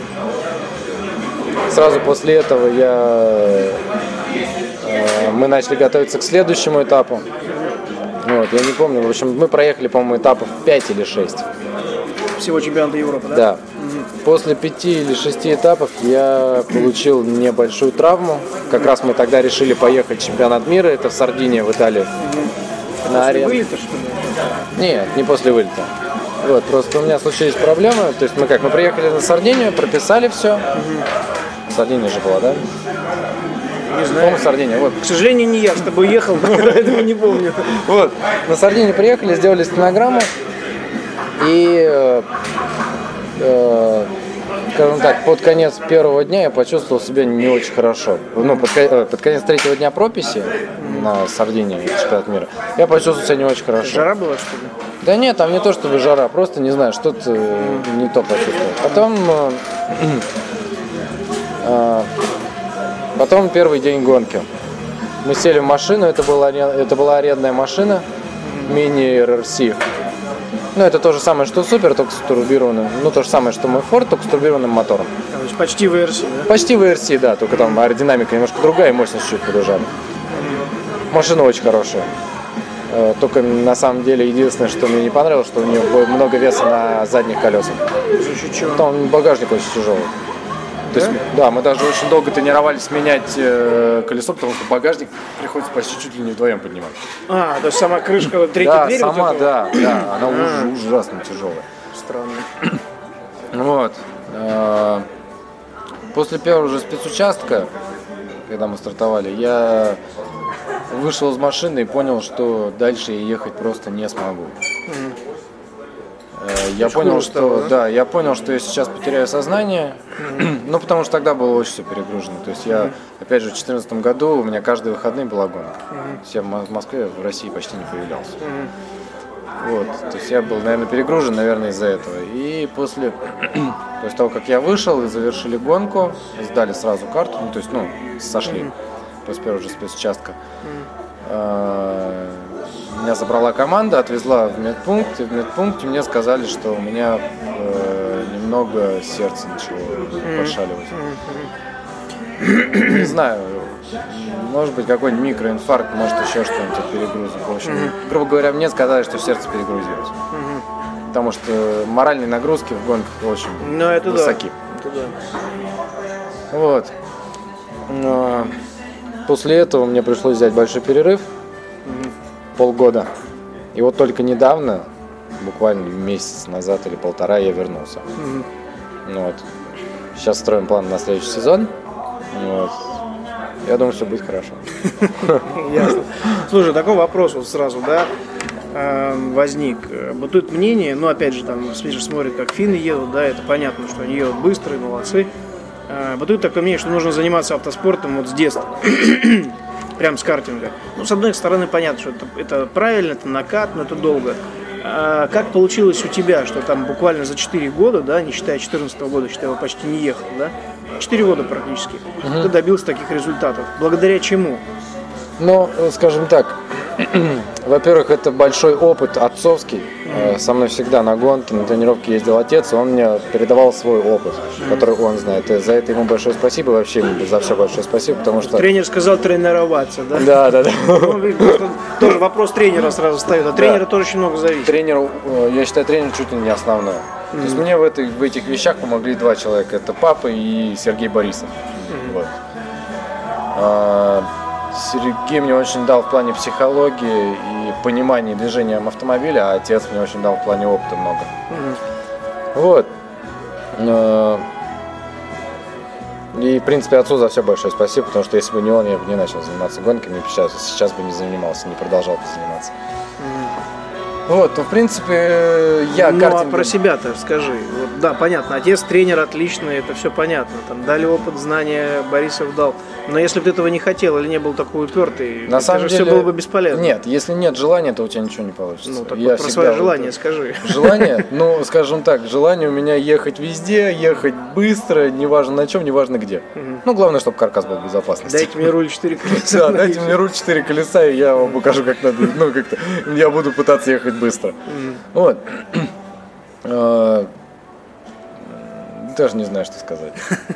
сразу после этого я, э, мы начали готовиться к следующему этапу. Вот, я не помню. В общем, мы проехали, по-моему, этапов пять или шесть. Всего чемпионата Европы, да? Да. Угу. После пяти или шести этапов я получил небольшую травму. Как раз мы тогда решили поехать в чемпионат мира. Это в Сардинии, в Италии. Угу. На после вылета, что ли? Нет, не после вылета. Вот, просто у меня случились проблемы. То есть мы как, мы приехали на Сардинию, прописали все. Угу. Сардиния же была, да? Не знаю. По-моему, Сардиния. Вот. К сожалению, не я с тобой ехал, поэтому не помню. Вот. На Сардинию приехали, сделали стенограмму. И, э, э, скажем так, под конец первого дня я почувствовал себя не очень хорошо. Ну, под, под конец третьего дня прописи на Сардинии, чемпионат мира, я почувствовал себя не очень хорошо. Жара была, что ли? Да нет, там не то чтобы жара, просто, не знаю, что-то не то почувствовал. Потом, э, э, потом первый день гонки. Мы сели в машину, это была, это была арендная машина, мини-эр эр си. Ну, это то же самое, что Супер, только с турбированным. Ну, то же самое, что мой Форд, только с турбированным мотором. То есть почти вэ эр си, да? Почти вэ эр си, да, только там аэродинамика немножко другая и мощность чуть подужали. Машина очень хорошая. Только на самом деле единственное, что мне не понравилось, что у нее много веса на задних колесах. Там багажник очень тяжелый. То есть, да? Да, мы даже очень долго тренировались менять э, колесо, потому что багажник приходится почти чуть ли не вдвоем поднимать. А, то есть сама крышка, третья да, дверь? Сама, вот да, да, она а. уж, ужасно тяжелая. Странно. Вот. После первого же спецучастка, когда мы стартовали, я вышел из машины и понял, что дальше я ехать просто не смогу. Mm. Я Очень понял, что стало, да? да, я понял, что я сейчас потеряю сознание, mm-hmm. ну потому что тогда было очень все перегружено. То есть я, mm-hmm. опять же, в две тысячи четырнадцатом году у меня каждые выходные была гонка. Mm-hmm. Я в Москве, в России почти не появлялся. Mm-hmm. Вот, то есть я был, наверное, перегружен, наверное, из-за этого. И после, после того, как я вышел и завершили гонку, сдали сразу карту, ну то есть, ну, сошли mm-hmm. после первого же спецучастка. Mm-hmm. Меня забрала команда, отвезла в медпункт, и в медпункте мне сказали, что у меня э, немного сердце начало mm-hmm. подшаливать. Mm-hmm. Не знаю, может быть какой-нибудь микроинфаркт, может еще что-нибудь от перегруза. В общем, mm-hmm. грубо говоря, мне сказали, что сердце перегрузилось. Mm-hmm. Потому что моральные нагрузки в гонках очень no, это высоки. Да. Это да. Вот. Но после этого мне пришлось взять большой перерыв. Mm-hmm. Полгода. И вот только недавно, буквально месяц назад или полтора я вернулся. Mm-hmm. Ну, вот. Сейчас строим план на следующий сезон. Вот. Я думаю, все будет хорошо. Ясно. Слушай, такой вопрос вот сразу, да, возник. Бытует мнение, ну, опять же, там, смотрят, как финны едут, да, это понятно, что они едут быстро и молодцы. Бытует такое мнение, что нужно заниматься автоспортом вот с детства. Прям с картинга. Ну, с одной стороны, понятно, что это, это правильно, это накат, но это долго. А как получилось у тебя, что там буквально за четыре года, да, не считая четырнадцатого года, считая, его почти не ехал, да, четыре года практически, угу. ты добился таких результатов. Благодаря чему? Ну, скажем так, во-первых, это большой опыт отцовский. Mm-hmm. Со мной всегда на гонки, на тренировки ездил отец, и он мне передавал свой опыт, mm-hmm. который он знает. И за это ему большое спасибо, вообще ему за все большое спасибо, потому что... Тренер сказал тренироваться, да? Да, да, да. Тоже вопрос тренера сразу ставит, а тренера тоже очень много зависит. Тренер, я считаю, тренер чуть ли не основное. То есть мне в, этой, в этих вещах помогли два человека, это папа и Сергей Борисов. Вот. Сергей мне очень дал в плане психологии и понимания движения автомобиля, а отец мне очень дал в плане опыта много. Mm-hmm. Вот. И, в принципе, отцу за все большое спасибо, потому что если бы не он, я бы не начал заниматься гонками, сейчас, сейчас бы не занимался, не продолжал бы заниматься. Mm-hmm. Вот, ну, в принципе, я ну, картинг... а про себя-то скажи. Вот, да, понятно, отец, тренер отличный, это все понятно. Там дали опыт, знания, Борисов дал. Но если бы ты этого не хотел или не был такой упертый, на самом деле, все было бы бесполезно. Нет, если нет желания, то у тебя ничего не получится. Ну, так я вот про свое желание вот, скажи. Желание? Ну, скажем так, желание у меня ехать везде, ехать быстро, неважно на чем, неважно где. Угу. Ну, главное, чтобы каркас был в безопасности. Дайте мне руль четыре колеса. Да, дайте мне руль четыре колеса, и я вам покажу, как надо. Ну, как-то я буду пытаться ехать быстро. Вот. Даже не знаю, что сказать.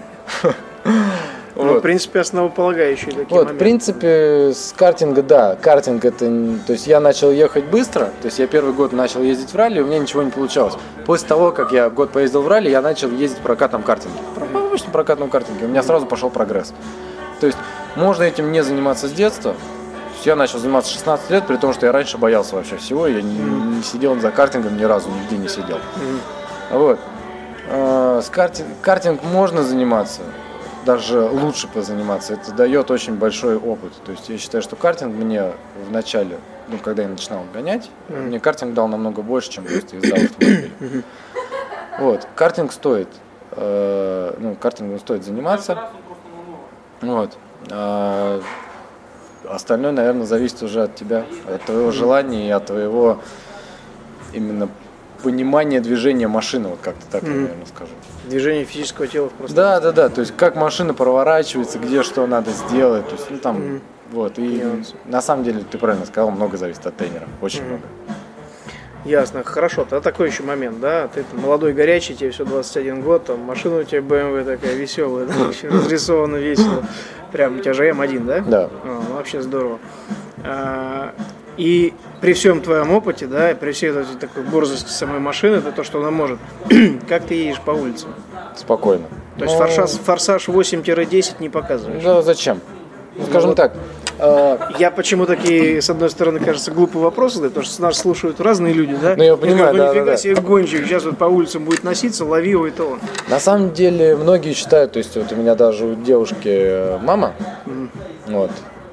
Ну, вот. В принципе, основополагающие такие вот, моменты. В принципе, с картинга, да, картинг это, то есть я начал ехать быстро, то есть я первый год начал ездить в ралли, у меня ничего не получалось. После того, как я год поездил в ралли, я начал ездить в прокатном картинге. В обычном прокатном картинге, у меня сразу пошел прогресс. То есть можно этим не заниматься с детства. Я начал заниматься с шестнадцати лет, при том, что я раньше боялся вообще всего, я не, не сидел за картингом ни разу, нигде не сидел. Mm. Вот. С картинг, картинг можно заниматься, даже лучше позаниматься, это дает очень большой опыт. То есть я считаю, что картинг мне в начале, ну, когда я начинал гонять, mm. мне картинг дал намного больше, чем просто езда в автомобиле. Mm-hmm. Вот. Картинг стоит, э, ну, картингом стоит заниматься. Вот. Э, Остальное, наверное, зависит уже от тебя, от твоего желания и от твоего именно понимания движения машины, вот как-то так, mm-hmm. я, наверное, скажу. Движение физического тела в пространстве. Да, да, да, то есть как машина проворачивается, где что надо сделать, то есть, ну там, mm-hmm. вот, и Нюансы. На самом деле, ты правильно сказал, много зависит от тренера, очень mm-hmm. много. Ясно, хорошо, тогда такой еще момент, да, ты там, молодой, горячий, тебе все двадцать один год, там машина у тебя бэ эм вэ такая веселая, да, очень разрисована весело, прям у тебя же эм один, да? Да. О, ну, вообще здорово. А, и при всем твоем опыте, да, и при всей этой такой борзости самой машины, это то, что она может, как ты едешь по улицам? Спокойно. То есть Но... форсаж, форсаж восемь-десять не показываешь? Да, зачем? Ну, скажем вот. так. Я почему такие, с одной стороны, кажется, глупые вопросы задаю, потому что нас слушают разные люди, да? Ну, я понимаю, говорю, да, нифига да, себе да. гонщик, сейчас вот по улицам будет носиться, лови его, это он. На самом деле, многие считают, то есть вот у меня даже у девушки мама, mm. вот,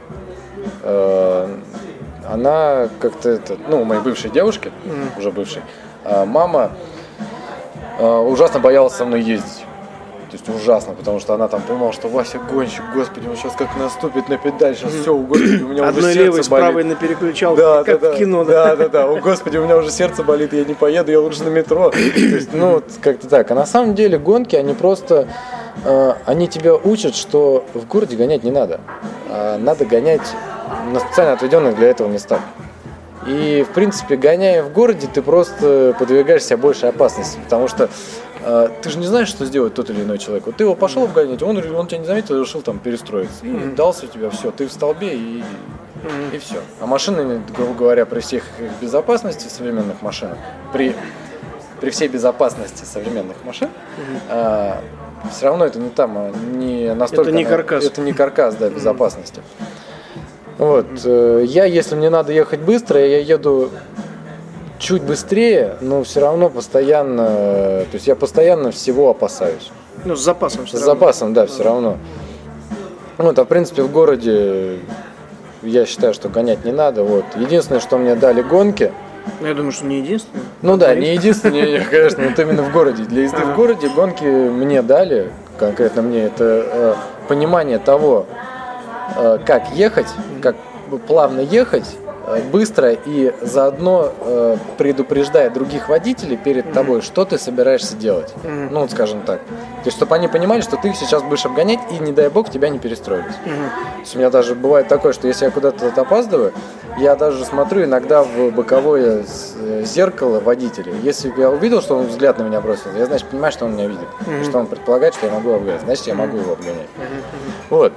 э, она как-то, это, ну, у моей бывшей девушки, mm. уже бывшей, э, мама э, ужасно боялась со мной ездить. То есть ужасно, потому что она там понимала, что Вася гонщик, господи, он сейчас как наступит на педаль, сейчас все, господи, у меня Одной уже сердце левой, болит. с правой на переключалке, да, как да, в кино. Да, да, да, да, о, господи, у меня уже сердце болит, я не поеду, я лучше на метро. То есть, ну, вот как-то так. А на самом деле гонки, они просто, э, они тебя учат, что в городе гонять не надо. А надо гонять на специально отведенных для этого местах. И, в принципе, гоняя в городе, ты просто подвергаешь себя большей опасности, потому что э, ты же не знаешь, что сделает тот или иной человек. Вот ты его пошел обгонять, он, он тебя не заметил и решил там перестроиться. И mm-hmm. дался у тебя все, ты в столбе и, mm-hmm. и все. А машины, грубо говоря, при всех их безопасности современных машин, при, при всей безопасности современных машин, mm-hmm. э, все равно это не там, не настолько... Это не каркас. Это не каркас, да, безопасности. Mm-hmm. Вот, э, я, если мне надо ехать быстро, я еду чуть быстрее, но все равно постоянно, то есть я постоянно всего опасаюсь. Ну, с запасом все С равно. запасом, да, все равно. Вот, а в принципе в городе я считаю, что гонять не надо. Вот. Единственное, что мне дали гонки. Ну, я думаю, что не единственное. Ну да, не единственное, конечно, вот именно в городе. Для езды в городе гонки мне дали, конкретно мне, это э, понимание того, э, как ехать, как плавно ехать, э, быстро и заодно э, предупреждая других водителей перед mm-hmm. тобой, что ты собираешься делать. Mm-hmm. Ну, вот скажем так. То есть, чтобы они понимали, что ты их сейчас будешь обгонять и, не дай бог, тебя не перестроить. Mm-hmm. То есть, у меня даже бывает такое, что если я куда-то опаздываю, я даже смотрю иногда в боковое зеркало водителя. Если бы я увидел, что он взгляд на меня бросил, я, значит, понимаю, что он меня видит. Mm-hmm. Что он предполагает, что я могу обгонять. Значит, я могу его обгонять. Mm-hmm. Вот.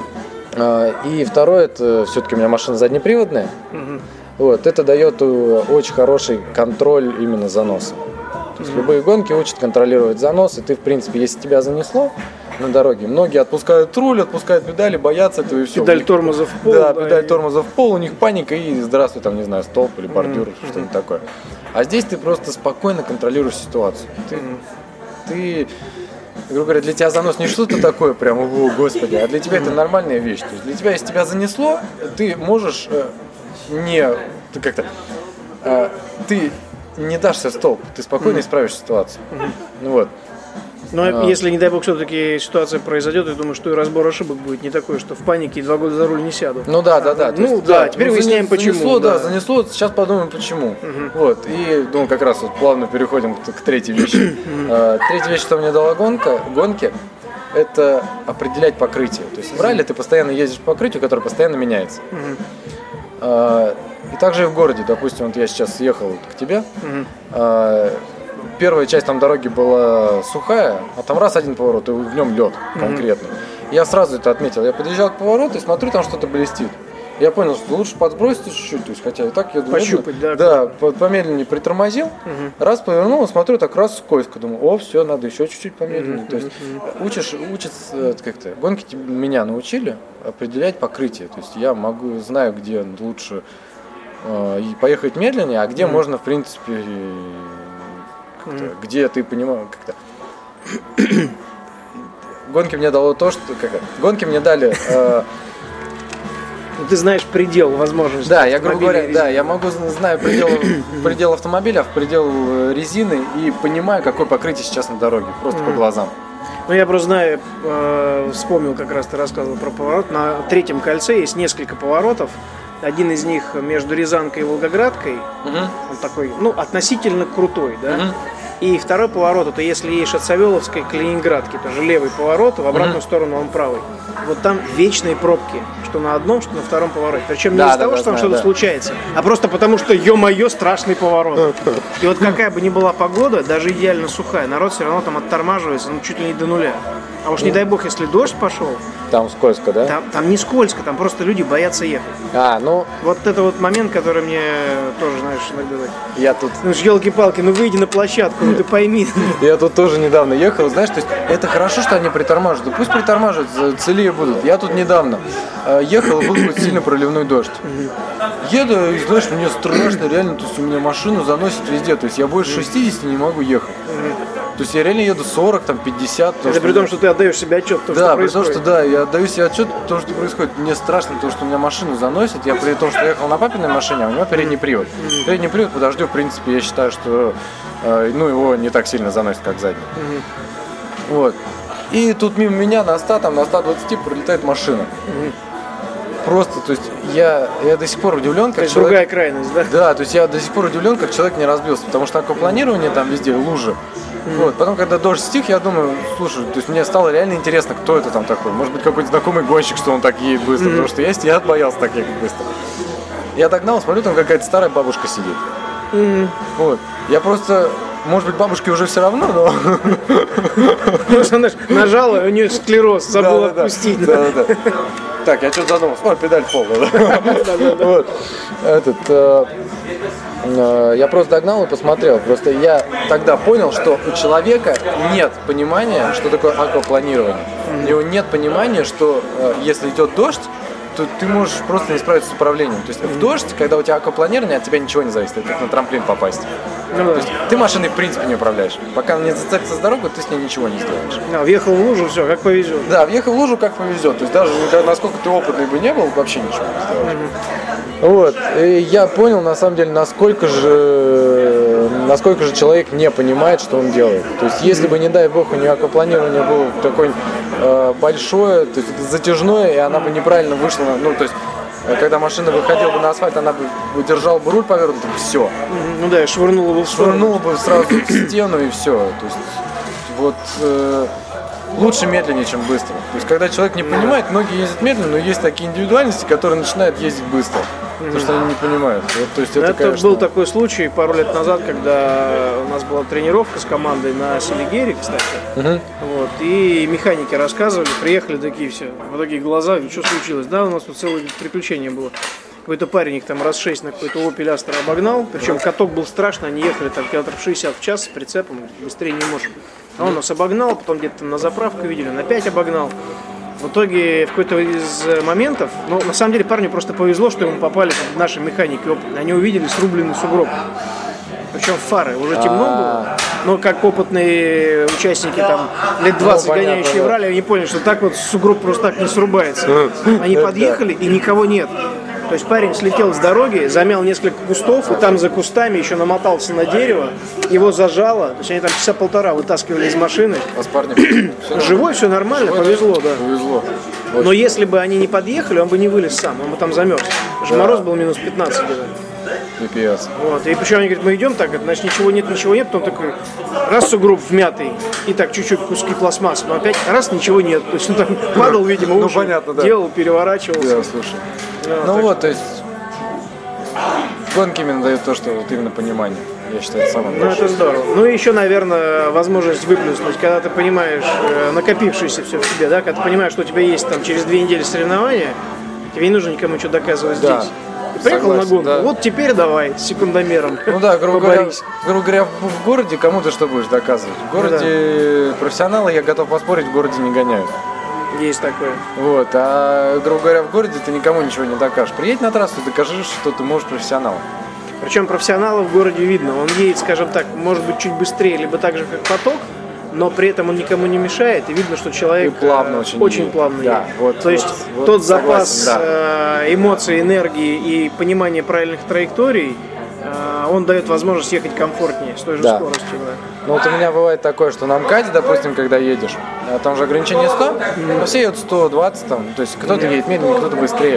И второе, это все-таки у меня машина заднеприводная. Mm-hmm. Вот. Это дает очень хороший контроль именно заноса. То есть mm-hmm. любые гонки учат контролировать занос. И ты, в принципе, если тебя занесло на дороге, многие отпускают руль, отпускают педали, боятся этого и все. Педаль тормоза в пол. Да, да, педаль и... тормоза в пол, у них паника и здравствуй, там, не знаю, столб или бордюр, mm-hmm. что-нибудь такое. А здесь ты просто спокойно контролируешь ситуацию. Ты, mm-hmm. ты, грубо говоря, для тебя занос не что-то такое прям, о, господи, а для тебя mm-hmm. это нормальная вещь. То есть для тебя, если тебя занесло, ты можешь э, не, ты как-то, э, ты не дашься в столб, ты спокойно mm-hmm. исправишь ситуацию. Mm-hmm. Ну вот. Но а. если, не дай бог, все-таки ситуация произойдет, я думаю, что и разбор ошибок будет не такой, что в панике и два года за руль не сяду. Ну да, да, да. Ну есть, да, да, теперь ну, выясняем, почему. Занесло, да, да, занесло, сейчас подумаем, почему. Угу. Вот, и, думаю, как раз вот плавно переходим к, к третьей вещи. uh, третья вещь, что мне дала гонка, гонки, это определять покрытие. То есть в ралли ты постоянно ездишь по покрытию, которое постоянно меняется. Uh, uh, и также и в городе, допустим, вот я сейчас ехал к тебе, uh-huh. uh, первая часть там дороги была сухая, а там раз один поворот, и в нем лед конкретно. Mm-hmm. Я сразу это отметил. Я подъезжал к повороту и смотрю, там что-то блестит. Я понял, что лучше подбросить чуть-чуть, то есть, хотя и так я думаю, пощупать, да. Да, помедленнее притормозил, mm-hmm. раз повернул, смотрю, так раз скользко, думаю, о, все, надо еще чуть-чуть помедленнее. Mm-hmm. То есть учишь, учатся как-то, гонки меня научили определять покрытие. То есть я могу, знаю, где лучше э, поехать медленнее, а где mm-hmm. можно, в принципе, как-то, mm-hmm. где ты понимаешь, как-то. Гонки мне дало то, что как гонки мне дали. Э, Ты знаешь предел возможностей. Да, я грубо говоря, да, я могу знаю предел, предел автомобиля, предел резины и понимаю, какое покрытие сейчас на дороге, просто mm-hmm. по глазам. Ну, я просто знаю, э, вспомнил, как раз ты рассказывал про поворот. На третьем кольце есть несколько поворотов. Один из них между Рязанкой и Волгоградкой. Uh-huh. Он такой, ну, относительно крутой, да. Uh-huh. И второй поворот, это если едешь от Савеловской к Ленинградке, тоже левый поворот, в обратную uh-huh. сторону он правый. Вот там вечные пробки, что на одном, что на втором повороте. Причем да, не из-за да, того, да, что там да, что-то да. случается, а просто потому, что, ё-моё, страшный поворот. И вот какая бы ни была погода, даже идеально сухая, народ все равно там оттормаживается, ну, чуть ли не до нуля. А уж не дай бог, если дождь пошел. Там скользко, да? Там, там не скользко, там просто люди боятся ехать. А, ну... Вот это вот момент, который мне тоже, знаешь, иногда... Я тут... Ну, елки-палки, ну выйди на площадку, ну ты пойми. Я тут тоже недавно ехал, знаешь, то есть это хорошо, что они притормаживают. Да пусть притормаживают, целее будут. Я тут недавно ехал, и был какой-то сильно проливной дождь. Еду, и знаешь, мне страшно, реально, то есть у меня машину заносит везде, то есть я больше шестьдесят не могу ехать. То есть я реально еду сорок, там, пятьдесят. Это что... при том, что ты отдаешь себе отчет в том, да, что происходит. Да, при том, что да, я отдаю себе отчет в том, что происходит. Мне страшно, то, что у меня машину заносит. Я при том, что ехал на папиной машине, а у него передний привод. Mm-hmm. Передний привод подождю, в принципе, я считаю, что э, ну, его не так сильно заносит, как задний. Mm-hmm. Вот. И тут мимо меня на ста, там, на ста двадцати пролетает машина. Mm-hmm. Просто, то есть я, я до сих пор удивлен, как то есть человек... другая крайность, да? Да, то есть я до сих пор удивлен, как человек не разбился, потому что аквапланирование там везде лужи. Mm-hmm. Вот. Потом, когда дождь стих, я думаю, слушай, то есть мне стало реально интересно, кто это там такой. Может быть, какой-то знакомый гонщик, что он так едет быстро, mm-hmm. потому что я, я отбоялся так ехать быстро. Я догнал, смотрю, там какая-то старая бабушка сидит. Mm-hmm. Вот. Я просто... Может быть, бабушке уже все равно, но... Потому что она нажала, у нее склероз, забыла отпустить. Да, да, да. Так, я что-то задумался. О, педаль полная, да? Вот. Этот... Я просто догнал и посмотрел. Просто я тогда понял, что у человека нет понимания, что такое аквапланирование. У него нет понимания, что если идет дождь, то ты можешь просто не справиться с управлением. То есть в дождь, когда у тебя аквапланирование, от тебя ничего не зависит, это как на трамплин попасть. Ну, да. То есть ты машиной в принципе не управляешь. Пока она не зацепится с дорогой, ты с ней ничего не сделаешь. А, въехал в лужу, все, как повезет. Да, въехал в лужу, как повезет. То есть даже насколько ты опытный бы не был, вообще ничего не сделаешь. Mm-hmm. Вот. И я понял, на самом деле, насколько же, насколько же человек не понимает, что он делает. То есть если бы, не дай бог, у нее аквапланирование было такое э, большое, то есть затяжное, и она бы неправильно вышла, ну, то есть когда машина выходила бы на асфальт, она бы держала бы руль повернутым, все. Ну да, швырнула бы в сторону. Швырнула бы сразу в стену и все. То есть вот э, лучше медленнее, чем быстро. То есть когда человек не понимает, многие ездят медленно, но есть такие индивидуальности, которые начинают ездить быстро. Потому что они не понимают. Вот, то есть это, это конечно... был такой случай пару лет назад, когда у нас была тренировка с командой на Селигере, кстати. Uh-huh. Вот, и механики рассказывали, приехали такие все, в такие глаза, что случилось? Да, у нас тут целое приключение было. Какой-то парень их там раз шесть на какой-то Opel Astra обогнал, причем каток был страшный, они ехали там километров шестьдесят в час с прицепом, быстрее не можем. А он нас обогнал, потом где-то там на заправку видели, он опять обогнал. В итоге в какой-то из моментов, ну, на самом деле парню просто повезло, что ему попали наши механики опытные. Они увидели срубленный сугроб. Причем фары. Уже темно было. Но как опытные участники, там, лет двадцать ну, гоняющие понятно, в ралли, они поняли, что так вот сугроб просто так не срубается. Они подъехали, и никого нет. То есть парень слетел с дороги, замял несколько кустов, и там за кустами еще намотался на дерево, его зажало. То есть они там часа полтора вытаскивали из машины. А с парнем все живой, все нормально, живой, повезло, да. Повезло. Вот. Но если бы они не подъехали, он бы не вылез сам, он бы там замерз. Потому что да. Мороз был минус пятнадцать где-то. Пипец. Вот. И причем они говорят, мы идем так, значит ничего нет, ничего нет, потом такой раз сугроб вмятый, и так чуть-чуть куски пластмассы, но опять раз ничего нет. То есть он там падал, видимо, ну, уши, понятно, да. делал, переворачивался. Да, слушай. Да, ну вот, что... то есть гонки именно дают то, что вот именно понимание. Я считаю, это самое Ну, это здорово. Ну, и еще, наверное, возможность выплюснуть, когда ты понимаешь, накопившееся все в себе, да, когда ты понимаешь, что у тебя есть там через две недели соревнования, тебе не нужно никому что доказывать да. здесь. Ты приехал Согласен, на гонку, да. вот теперь давай, с секундомером. Ну да, грубо говоря, грубо говоря, в городе кому ты что будешь доказывать? В городе да. профессионалы, я готов поспорить, в городе не гоняют. Есть такое. Вот, а, грубо говоря, в городе ты никому ничего не докажешь. Приедь на трассу, докажи, что ты можешь профессионал. Причем профессионала в городе видно. Он едет, скажем так, может быть, чуть быстрее, либо так же, как поток, но при этом он никому не мешает, и видно, что человек и плавно очень, очень плавно да, едет. вот, То есть вот, тот вот, запас согласен, да. эмоций, энергии и понимания правильных траекторий, он дает возможность ехать комфортнее, с той же да. скоростью. Да. Ну вот у меня бывает такое, что на МКАДе, допустим, когда едешь, там же ограничение сто, но все едут сто двадцать, там, то есть кто-то едет медленнее, кто-то быстрее.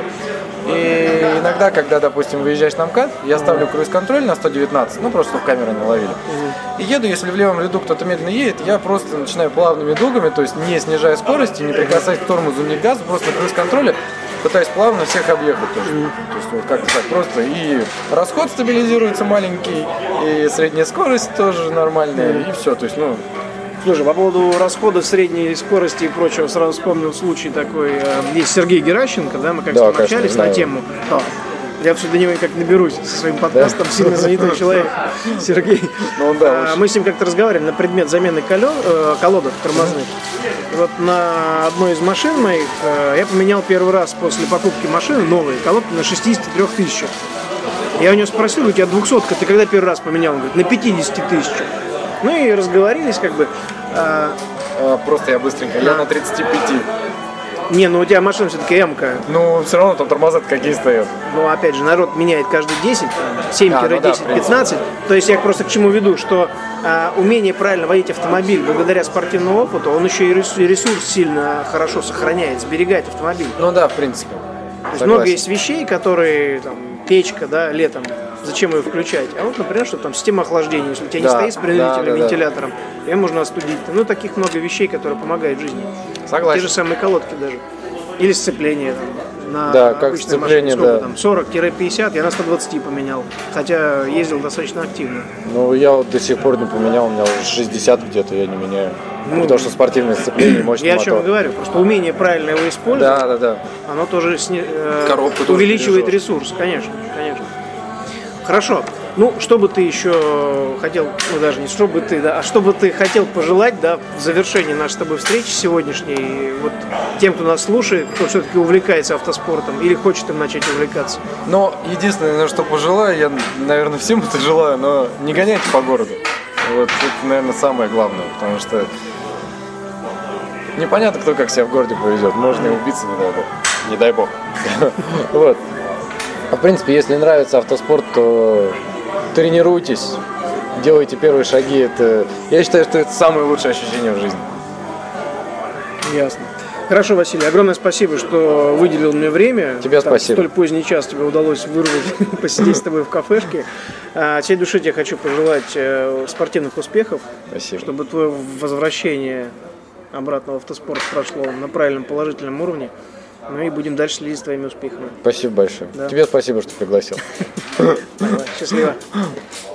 И иногда, когда, допустим, выезжаешь на МКАД, я ставлю круиз-контроль на сто девятнадцать, ну просто чтобы камеры не ловили. И еду, если в левом ряду кто-то медленно едет, я просто начинаю плавными дугами, то есть не снижая скорости, не прикасаясь к тормозу, ни к газу, просто на круиз-контроле пытаюсь плавно всех объехать. То есть, то есть вот как-то так просто. И расход стабилизируется маленький, и средняя скорость тоже нормальная, и все. То есть, ну, Слушай, по поводу расхода средней скорости и прочего, сразу вспомнил случай такой. Есть Сергей Геращенко, да, мы как-то да, общались конечно, на тему. А, я все до него никак наберусь со своим подкастом, да? Сильно занятой человек Сергей. Ну, да, а, мы с ним как-то разговаривали на предмет замены колё, э, колодок тормозных. И вот на одной из машин моих э, я поменял первый раз после покупки машины новые колодки на шестьдесят три тысячи. Я у него спросил, у тебя двухсотка, ты когда первый раз поменял? Он говорит, на пятьдесят тысяч. Ну и разговорились как бы. А... А, просто я быстренько, я на тридцать пять. Не, ну у тебя машина все-таки М-ка. Ну, все равно там тормоза какие стоят. Ну, опять же, народ меняет каждые десять, семь-десять-пятнадцать. А, ну да, то есть я просто к чему веду, что а, умение правильно водить автомобиль благодаря спортивному опыту, он еще и ресурс сильно хорошо сохраняет, сберегает автомобиль. Ну да, в принципе. То есть много есть вещей, которые, там, печка, да, летом, зачем ее включать? А вот, например, что там система охлаждения, если у тебя да, не стоит с принудительным да, да, вентилятором, да. ее можно остудить. Ну, таких много вещей, которые помогают в жизни. Согласен. Те же самые колодки даже. Или сцепление там, на да, как сцепление, машине, да. Там, сорок-пятьдесят, я на сто двадцать поменял. Хотя ездил достаточно активно. Ну, я вот до сих пор не поменял, у меня уже шестьдесят где-то, я не меняю. Ну, потому что спортивное сцепление, мощный я мотор. Я о чем говорю, просто умение правильно его использовать, да, да, да. оно тоже сни... Коробку увеличивает тоже ресурс, конечно, конечно. Хорошо. Ну, что бы ты еще хотел, ну даже не что бы ты, да, а что бы ты хотел пожелать, да, в завершении нашей с тобой встречи сегодняшней, вот тем, кто нас слушает, кто все-таки увлекается автоспортом или хочет им начать увлекаться? Но единственное, что пожелаю, я, наверное, всем это желаю, но не гоняйте по городу. Вот это, наверное, самое главное, потому что непонятно, кто как себя в городе повезет. Можно и убиться, не дай бог. Не дай бог. Вот. А в принципе, если нравится автоспорт, то тренируйтесь, делайте первые шаги. Это, я считаю, что это самое лучшее ощущение в жизни. Ясно. Хорошо, Василий, огромное спасибо, что выделил мне время. Тебе так, спасибо. Столь поздний час тебе удалось вырвать, посидеть с тобой в кафешке. От всей души тебе хочу пожелать спортивных успехов. Спасибо. Чтобы твое возвращение обратно в автоспорт прошло на правильном положительном уровне. Ну и будем дальше следить за твоими успехами. Спасибо большое. Да. Тебе спасибо, что пригласил. Давай, счастливо.